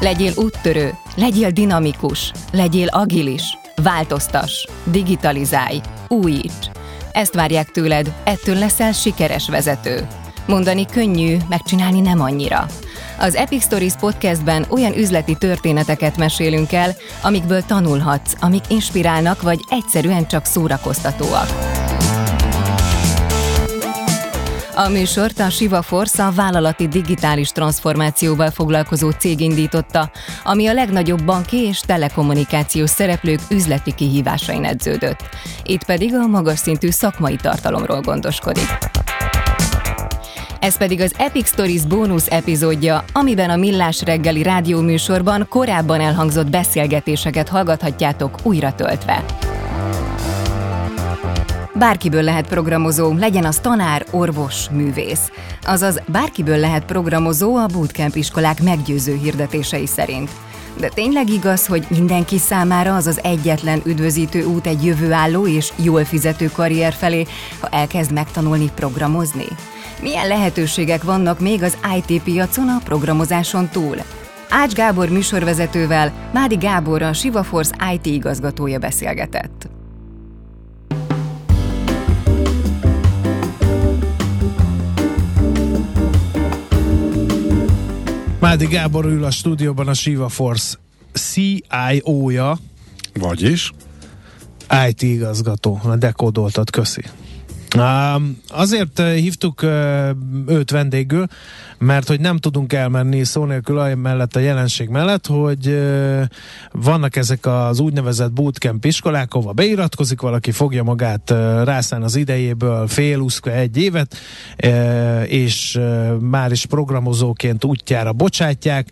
Legyél úttörő, legyél dinamikus, legyél agilis, változtass, digitalizálj, újíts. Ezt várják tőled, ettől leszel sikeres vezető. Mondani könnyű, megcsinálni nem annyira. Az Epic Stories podcastben olyan üzleti történeteket mesélünk el, amikből tanulhatsz, amik inspirálnak, vagy egyszerűen csak szórakoztatóak. A műsort a Shiva Force, a vállalati digitális transformációval foglalkozó cég indította, ami a legnagyobb banki és telekommunikációs szereplők üzleti kihívásain edződött. Itt pedig a magas szintű szakmai tartalomról gondoskodik. Ez pedig az Epic Stories bónusz epizódja, amiben a Millás reggeli rádióműsorban korábban elhangzott beszélgetéseket hallgathatjátok újra töltve. Bárkiből lehet programozó, legyen az tanár, orvos, művész. Azaz bárkiből lehet programozó a bootcamp iskolák meggyőző hirdetései szerint. De tényleg igaz, hogy mindenki számára az az egyetlen üdvözítő út egy jövőálló és jól fizető karrier felé, ha elkezd megtanulni programozni? Milyen lehetőségek vannak még az IT piacon a programozáson túl? Ács Gábor műsorvezetővel Mádi Gábor, a Shiva Force IT igazgatója beszélgetett. Mádi Gábor ül a stúdióban, a Shiva Force CIO-ja. Vagyis? IT igazgató. Dekódoltad, köszi. Azért hívtuk őt vendégül, mert hogy nem tudunk elmenni szó nélkül mellett a jelenség mellett, hogy vannak ezek az úgynevezett bootcamp iskolák, ahova beiratkozik valaki, fogja magát, rászán az idejéből fél-úszka egy évet, és már is programozóként útjára bocsátják,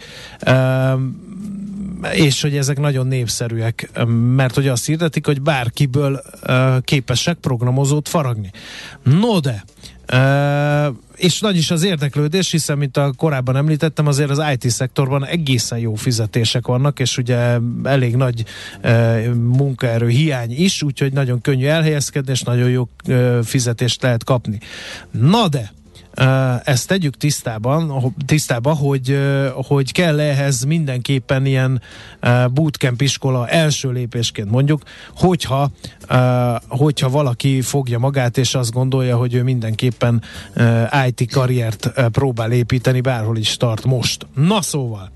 és hogy ezek nagyon népszerűek, mert hogy azt hirdetik, hogy bárkiből képesek programozót faragni. No de, és nagy is az érdeklődés, hiszen, mint korábban említettem, azért az IT szektorban egészen jó fizetések vannak, és ugye elég nagy munkaerő hiány is, úgyhogy nagyon könnyű elhelyezkedni, és nagyon jó fizetést lehet kapni. Na de, ezt tegyük tisztába, hogy kell ehhez mindenképpen ilyen bootcamp iskola első lépésként mondjuk, hogyha valaki fogja magát és azt gondolja, hogy ő mindenképpen IT karriert próbál építeni, bárhol is tart most. Na szóval.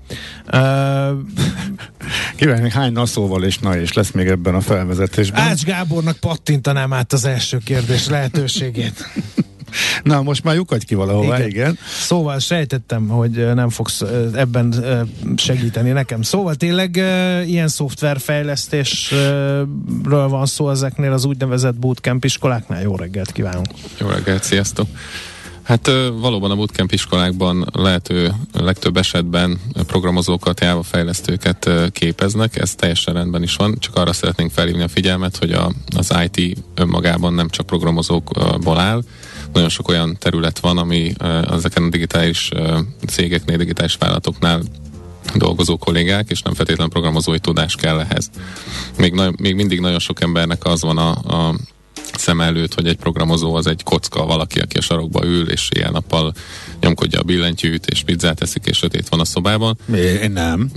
Kívánni, hány na szóval és lesz még ebben a felvezetésben? Ács Gábornak pattintanám át az első kérdés lehetőségét. Na, most már lyukadj ki valahova, igen. Szóval sejtettem, hogy nem fogsz ebben segíteni nekem. Szóval tényleg ilyen szoftverfejlesztésről van szó ezeknél az úgynevezett bootcamp iskoláknál? Jó reggelt kívánunk! Jó reggelt, sziasztok! Hát valóban a bootcamp iskolákban lehető legtöbb esetben programozókat, Java fejlesztőket képeznek, ez teljesen rendben is van, csak arra szeretnénk felhívni a figyelmet, hogy az IT önmagában nem csak programozókból áll, nagyon sok olyan terület van, ami ezeken a digitális cégeknél, digitális vállalatoknál dolgozó kollégák, és nem feltétlenül programozói tudás kell ehhez. Még mindig nagyon sok embernek az van a szem előtt, hogy egy programozó az egy kocka, valaki, aki a sarokba ül, és éjjel-nappal nyomkodja a billentyűt, és pizzát eszik, és sötét van a szobában. Én nem.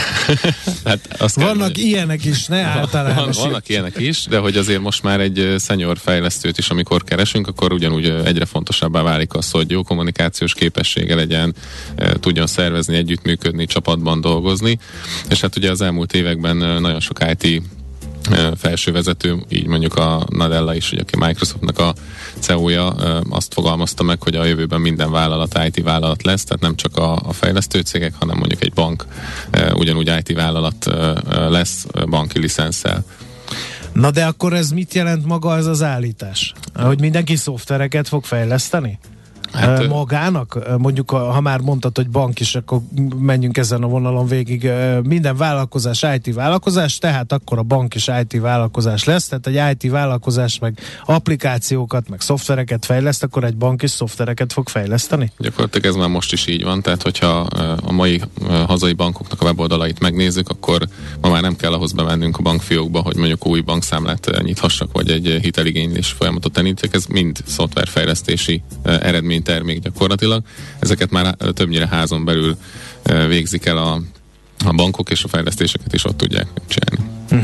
Hát vannak ilyenek is, ne általában. Vannak ilyenek is, de hogy azért most már egy senior fejlesztőt is, amikor keresünk, akkor ugyanúgy egyre fontosabbá válik az, hogy jó kommunikációs képessége legyen, tudjon szervezni, együttműködni, csapatban dolgozni, és hát ugye az elmúlt években nagyon sok IT felsővezető, így mondjuk a Nadella is, ugye, aki Microsoftnak a CEO-ja, azt fogalmazta meg, hogy a jövőben minden vállalat IT vállalat lesz, tehát nem csak a fejlesztő cégek, hanem mondjuk egy bank ugyanúgy IT vállalat lesz banki licenszel. Na de akkor ez mit jelent maga ez az állítás? Hogy mindenki szoftvereket fog fejleszteni? Hát, magának? Mondjuk, ha már mondtad, hogy bank is, akkor menjünk ezen a vonalon végig. Minden vállalkozás IT vállalkozás, tehát akkor a bank is IT vállalkozás lesz, tehát egy IT vállalkozás meg applikációkat, meg szoftvereket fejleszt, akkor egy bank is szoftvereket fog fejleszteni? Gyakorlatilag ez már most is így van, tehát hogyha a mai hazai bankoknak a weboldalait megnézzük, akkor ma már nem kell ahhoz bemennünk a bankfiókba, hogy mondjuk új bankszámlát nyithassak, vagy egy hiteligénylés folyamatot elindítjak, ez mind szoftverfejlesztési eredménytermék gyakorlatilag. Ezeket már többnyire házon belül végzik el a bankok és a fejlesztéseket is ott tudják csinálni.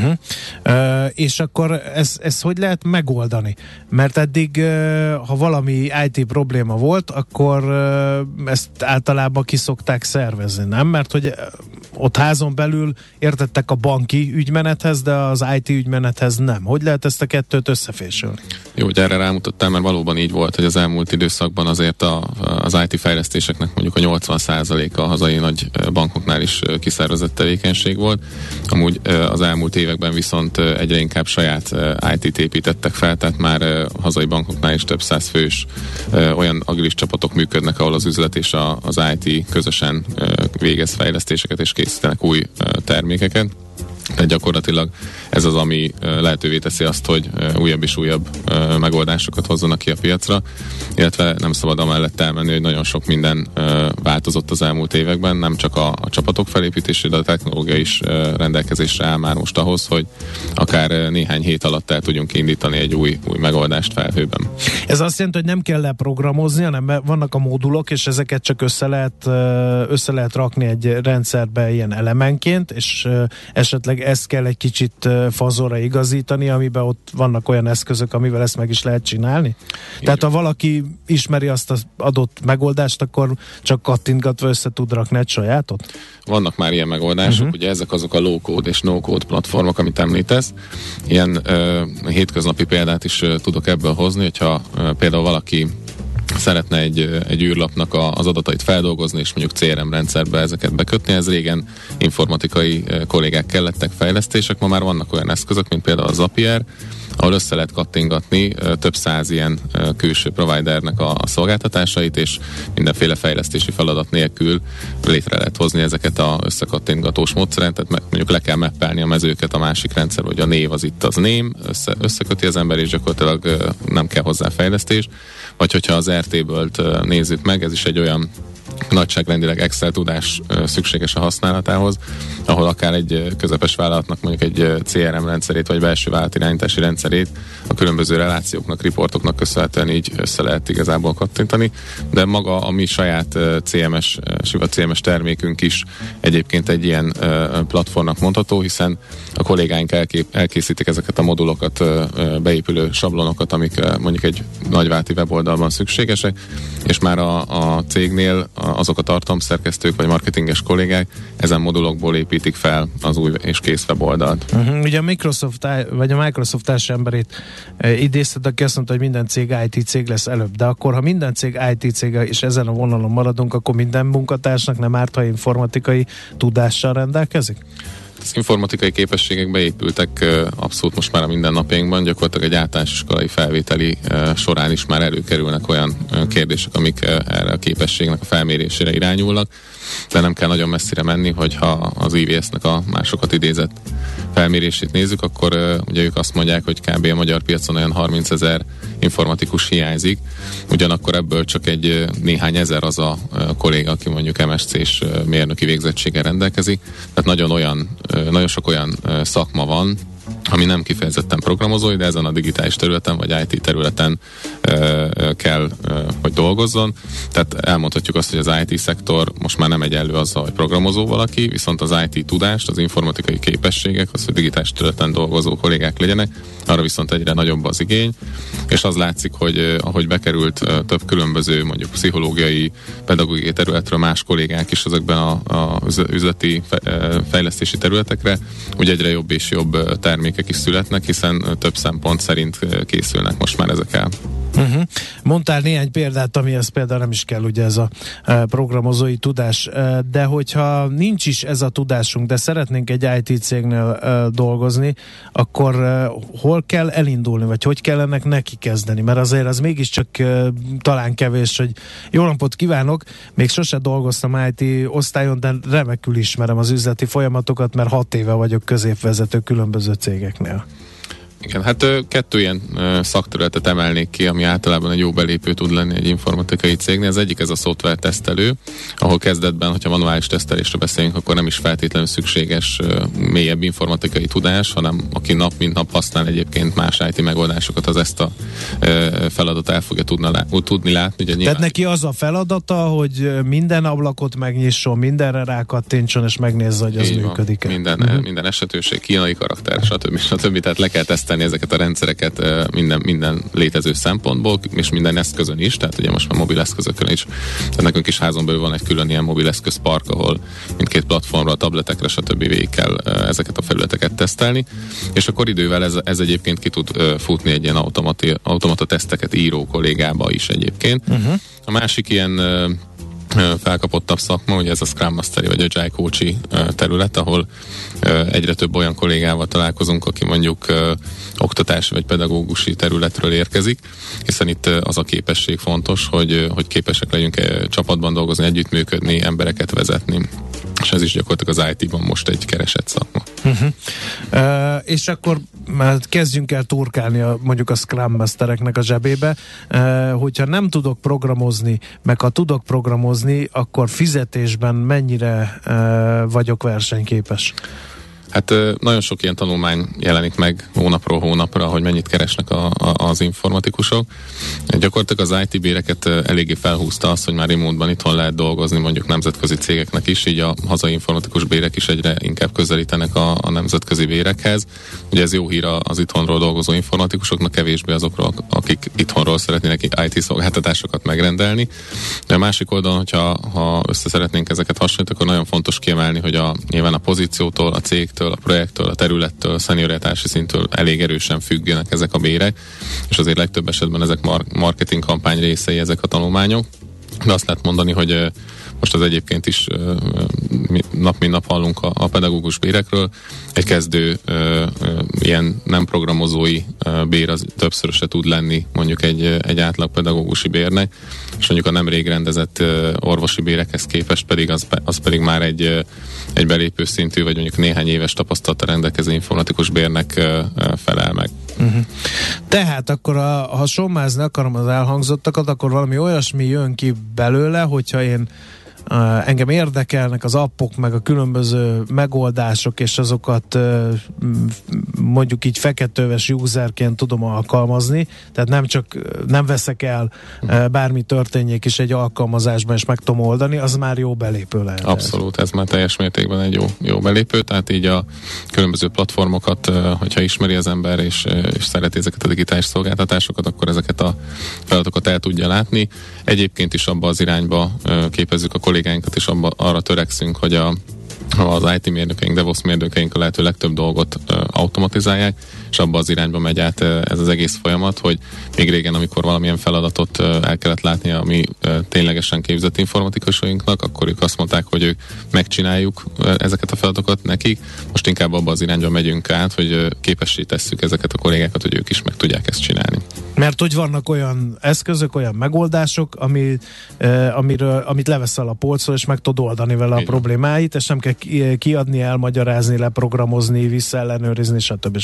És akkor ezt hogy lehet megoldani? Mert eddig, ha valami IT probléma volt, akkor ezt általában ki szokták szervezni, nem? Mert hogy ott házon belül értettek a banki ügymenethez, de az IT ügymenethez nem. Hogy lehet ezt a kettőt összefésülni? Jó, hogy erre rámutattál, mert valóban így volt, hogy az elmúlt időszakban azért az IT fejlesztéseknek mondjuk a 80%-a a hazai nagy bankoknál is kiszervezett tevékenység volt. Amúgy az elmúlt években viszont egyre inkább saját IT-t építettek fel, tehát már hazai bankoknál is több száz fős olyan agilis csapatok működnek, ahol az üzlet és az IT közösen végez fejlesztéseket és készítenek új termékeket. Tehát gyakorlatilag ez az, ami lehetővé teszi azt, hogy újabb és újabb megoldásokat hozzanak ki a piacra, illetve nem szabad amellett elmenni, hogy nagyon sok minden változott az elmúlt években, nem csak a csapatok felépítésére, de a technológia is rendelkezésre áll már most ahhoz, hogy akár néhány hét alatt el tudjunk indítani egy új megoldást felhőben. Ez azt jelenti, hogy nem kell leprogramozni, hanem vannak a módulok, és ezeket csak össze lehet rakni egy rendszerbe ilyen elemenként, és esetleg ezt kell egy kicsit fazonra igazítani, amiben ott vannak olyan eszközök, amivel ezt meg is lehet csinálni? Igen. Tehát ha valaki ismeri azt az adott megoldást, akkor csak kattintgatva össze tud rakni egy sajátot? Vannak már ilyen megoldások, ugye ezek azok a low-code és no-code platformok, amit említesz. Ilyen hétköznapi példát is tudok ebből hozni, hogyha például valaki szeretne egy űrlapnak az adatait feldolgozni, és mondjuk CRM rendszerbe ezeket bekötni. Ez régen informatikai kollégák kellettek, fejlesztések, ma már vannak olyan eszközök, mint például a Zapier, ahol össze lehet kattingatni több száz ilyen külső providernek a szolgáltatásait, és mindenféle fejlesztési feladat nélkül létre lehet hozni ezeket az összekattingatós módszeren, tehát mondjuk le kell mappelni a mezőket a másik rendszer, hogy a név az itt az name, összeköti az ember, és gyakorlatilag nem kell hozzá fejlesztés. Vagy hogyha az RT-ből nézzük meg, ez is egy olyan nagyságrendileg Excel tudás szükséges a használatához, ahol akár egy közepes vállalatnak mondjuk egy CRM rendszerét, vagy belső vállalatirányítási rendszerét a különböző relációknak, riportoknak köszönhetően így össze lehet igazából kattintani, de maga a mi saját CMS termékünk is egyébként egy ilyen platformnak mondható, hiszen a kollégáink elkészítik ezeket a modulokat, beépülő sablonokat, amik mondjuk egy nagyválti weboldalban szükségesek, és már a cégnél azok a tartalomszerkesztők vagy marketinges kollégák ezen modulokból építik fel az új és kész weboldalt. Ugye a Microsoft társemberét idézted, aki azt mondta, hogy minden cég IT cég lesz előbb, de akkor ha minden cég IT cég és ezen a vonalon maradunk, akkor minden munkatársnak nem árt, ha informatikai tudással rendelkezik? Az informatikai képességek beépültek abszolút most már a mindennapjainkban, gyakorlatilag egy általános iskolai felvételi során is már előkerülnek olyan kérdések, amik erre a képességnek a felmérésére irányulnak, de nem kell nagyon messzire menni, hogyha az IVS-nek a másokat idézett felmérését nézzük, akkor ugye ők azt mondják, hogy kb. A magyar piacon olyan 30 000 informatikus hiányzik, ugyanakkor ebből csak egy néhány ezer az a kolléga, aki mondjuk MSC-s mérnöki végzettséggel rendelkezik, tehát nagyon sok olyan szakma van, ami nem kifejezetten programozói, de ezen a digitális területen vagy IT területen kell, hogy dolgozzon. Tehát elmondhatjuk azt, hogy az IT szektor most már nem egyenlő azzal, hogy programozó valaki, viszont az IT tudást, az informatikai képességek, az, hogy digitális területen dolgozó kollégák legyenek, arra viszont egyre nagyobb az igény, és az látszik, hogy ahogy bekerült több különböző, mondjuk pszichológiai, pedagógiai területről más kollégák is ezekben az üzleti fejlesztési területekre, úgy egyre jobb és jobb termékek is születnek, hiszen több szempont szerint készülnek most már ezek el. Mondtál néhány példát, amihez például nem is kell ugye ez a programozói tudás, de hogyha nincs is ez a tudásunk, de szeretnénk egy IT cégnél dolgozni, akkor hol kell elindulni, vagy hogy kell ennek neki kezdeni? Mert azért az mégiscsak talán kevés, hogy jó napot kívánok, még sose dolgoztam IT osztályon, de remekül ismerem az üzleti folyamatokat, mert 6 éve vagyok középvezető különböző cégeknél. Igen, hát 2 ilyen szakterületet emelnék ki, ami általában egy jó belépő tud lenni egy informatikai cégnél. Az egyik ez a szoftver tesztelő, ahol kezdetben, hogyha manuális tesztelésre beszélünk, akkor nem is feltétlenül szükséges mélyebb informatikai tudás, hanem aki nap mint nap használ egyébként más IT megoldásokat, az ezt a feladatot el fogja tudni látni. Ugye tehát neki az a feladata, hogy minden ablakot megnyisson, mindenre rákattintson, és megnézze, hogy az működik. Minden esetőség, kínai karakter, stb. Tehát le kell tesztelni ezeket a rendszereket minden létező szempontból, és minden eszközön is, tehát ugye most már mobil eszközökön is. Tehát nekünk is házon belül van egy külön ilyen mobil eszközpark, ahol mindkét platformra, tabletekre, stb. Végig kell ezeket a felületeket tesztelni, és akkor idővel ez egyébként ki tud futni egy ilyen automata teszteket író kollégába is egyébként. A másik ilyen felkapottabb szakma, ugye ez a Scrum Masteri vagy Agile Coach-i terület, ahol egyre több olyan kollégával találkozunk, aki mondjuk oktatási vagy pedagógusi területről érkezik, hiszen itt az a képesség fontos, hogy képesek legyünk csapatban dolgozni, együttműködni, embereket vezetni. És ez is gyakorlatilag az IT-ban most egy keresett szakma. És akkor kezdjünk el turkálni mondjuk a Scrum Mastereknek a zsebébe, hogyha nem tudok programozni, meg ha tudok programozni, akkor fizetésben mennyire vagyok versenyképes? Hát nagyon sok ilyen tanulmány jelenik meg hónapról hónapra, hogy mennyit keresnek az informatikusok. Gyakorlatilag az IT béreket eléggé felhúzta az, hogy már remote-ban itthon lehet dolgozni, mondjuk nemzetközi cégeknek is, így a hazai informatikus bérek is egyre inkább közelítenek a nemzetközi bérekhez. Ugye ez jó hír az itthonról dolgozó informatikusoknak, kevésbé azokról, akik itthonról szeretnének IT szolgáltatásokat megrendelni. De a másik oldalon, hogyha össze szeretnénk ezeket hasonlítani, akkor nagyon fontos kiemelni, hogy nyilván a pozíciótól, a cégtől, a projektől, a területtől, a szenioritási szinttől elég erősen függenek ezek a bérek, és azért legtöbb esetben ezek marketing kampány részei ezek a tanulmányok. De azt lehet mondani, hogy most az egyébként is nap mint nap hallunk a pedagógus bérekről. Egy kezdő ilyen nem programozói bér az többszöröse tud lenni mondjuk egy átlag pedagógusi bérnek, és mondjuk a nemrég rendezett orvosi bérekhez képest pedig az pedig már egy belépő szintű, vagy mondjuk néhány éves tapasztalata rendelkező informatikus bérnek felel meg. Tehát akkor ha sommázni akarom az elhangzottakat, akkor valami olyasmi jön ki belőle, hogyha én engem érdekelnek az appok, meg a különböző megoldások, és azokat mondjuk így feketőves userként tudom alkalmazni, tehát nem veszek el bármi történjék is egy alkalmazásban, és meg tudom oldani, az már jó belépő lehet. Abszolút, ez már teljes mértékben egy jó belépő, tehát így a különböző platformokat, hogyha ismeri az ember, és szereti ezeket a digitális szolgáltatásokat, akkor ezeket a feladatokat el tudja látni. Egyébként is abba az irányba képezzük a kollégáinkat, és arra törekszünk, hogy az IT mérnökeink, DevOps mérnökeink a lehető legtöbb dolgot automatizálják, és abba az irányba megy át ez az egész folyamat, hogy még régen, amikor valamilyen feladatot el kellett látni a mi ténylegesen képzett informatikusainknak, akkor ők azt mondták, hogy ők megcsináljuk ezeket a feladatokat nekik. Most inkább abba az irányba megyünk át, hogy képessé tesszük ezeket a kollégákat, hogy ők is meg tudják ezt csinálni. Mert hogy vannak olyan eszközök, olyan megoldások, amit leveszel a polcról, és meg tudod oldani vele a problémáit, és nem kell kiadni, elmagyarázni, leprogramozni, visszaellenőrizni, stb.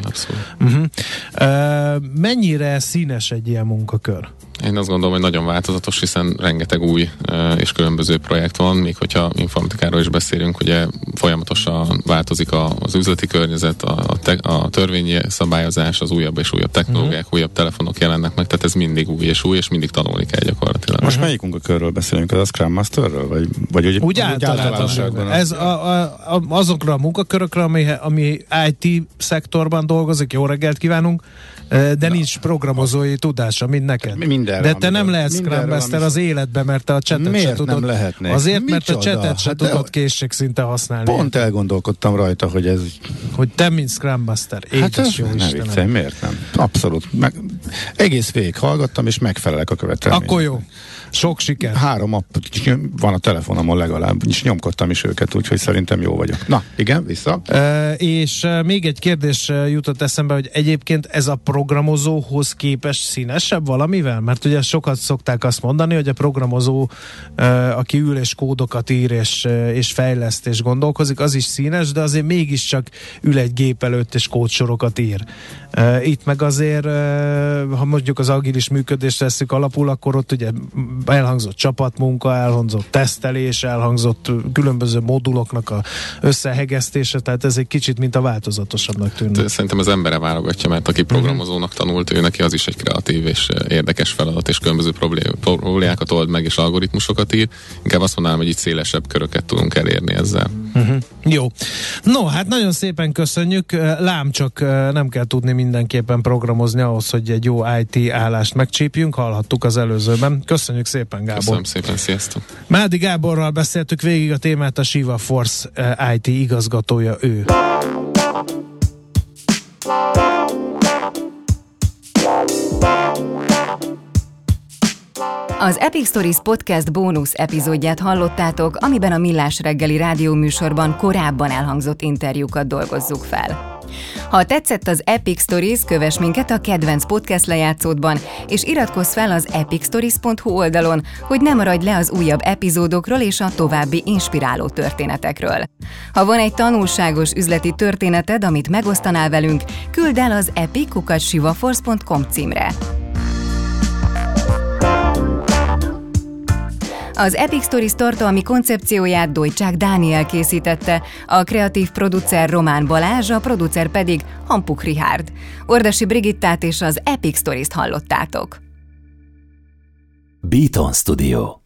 Mennyire színes egy ilyen munkakör? Én azt gondolom, hogy nagyon változatos, hiszen rengeteg új és különböző projekt van, még hogyha informatikáról is beszélünk, ugye folyamatosan változik az üzleti környezet, a törvényi szabályozás, az újabb és újabb technológiák, újabb telefonok jelennek meg, tehát ez mindig új, és mindig tanulni kell gyakorlatilag. Most melyik munkakörről beszélünk? Az a Scrum Masterről? Vagy úgy általában. Ez azokra a munkakörökre, ami IT szektorban dolgozik, jó reggelt kívánunk, de nincs programozói tudása, mint neked. De te nem lehetsz Scrum Master az életben, mert te a csetet se tudod. Nem lehetnék? Azért, mert a csetet se tudod készségszinte használni. Pont elgondolkodtam rajta, hogy ez... Hogy te, mint Scrum Master. Édes jó Istenem. Miért nem? Abszolút. Egész végig hallgattam, és megfelelek a követelménynek. Akkor jó. Sok siker. 3 app van a telefonomon legalább, és nyomkodtam is őket, úgyhogy szerintem jó vagyok. Na, igen, vissza. És még egy kérdés jutott eszembe, hogy egyébként ez a programozóhoz képest színesebb valamivel? Mert ugye sokat szokták azt mondani, hogy a programozó, aki ül és kódokat ír és fejleszt és gondolkozik, az is színes, de azért mégiscsak ül egy gép előtt és kódsorokat ír. Itt meg azért, ha mondjuk az agilis működést vesszük alapul, akkor ott ugye elhangzott csapatmunka, elhangzott tesztelés, elhangzott különböző moduloknak a összehegesztése, tehát ez egy kicsit mint a változatosabbnak tűnik. Szerintem az embere válogatja, mert aki programozónak tanult, ő neki az is egy kreatív és érdekes feladat, és különböző problémákat old meg, és algoritmusokat ír. Inkább azt mondanám, hogy itt szélesebb köröket tudunk elérni ezzel. Jó. No, hát nagyon szépen köszönjük. Lám csak nem kell tudni mindenképpen programozni ahhoz, hogy egy jó IT állást megcsípjünk. Hallhattuk az előzőben. Köszönjük szépen, Gábor. Köszönöm szépen, sziasztok. Mádi Gáborral beszéltük végig a témát, a Siva Force IT igazgatója ő. Az Epic Stories Podcast bónusz epizódját hallottátok, amiben a Millás reggeli rádióműsorban korábban elhangzott interjúkat dolgozzuk fel. Ha tetszett az Epic Stories, kövess minket a kedvenc podcast lejátszódban, és iratkozz fel az epicstories.hu oldalon, hogy ne maradj le az újabb epizódokról és a további inspiráló történetekről. Ha van egy tanulságos üzleti történeted, amit megosztanál velünk, küldd el az epic@sivaforce.com címre. Az Epic Stories tartalmi koncepcióját Dojcsák Dániel készítette, a kreatív producer Román Balázs, a producer pedig Hampuk Richárd. Ordasi Brigittát és az Epic Stories-t hallottátok. Beaton Studio.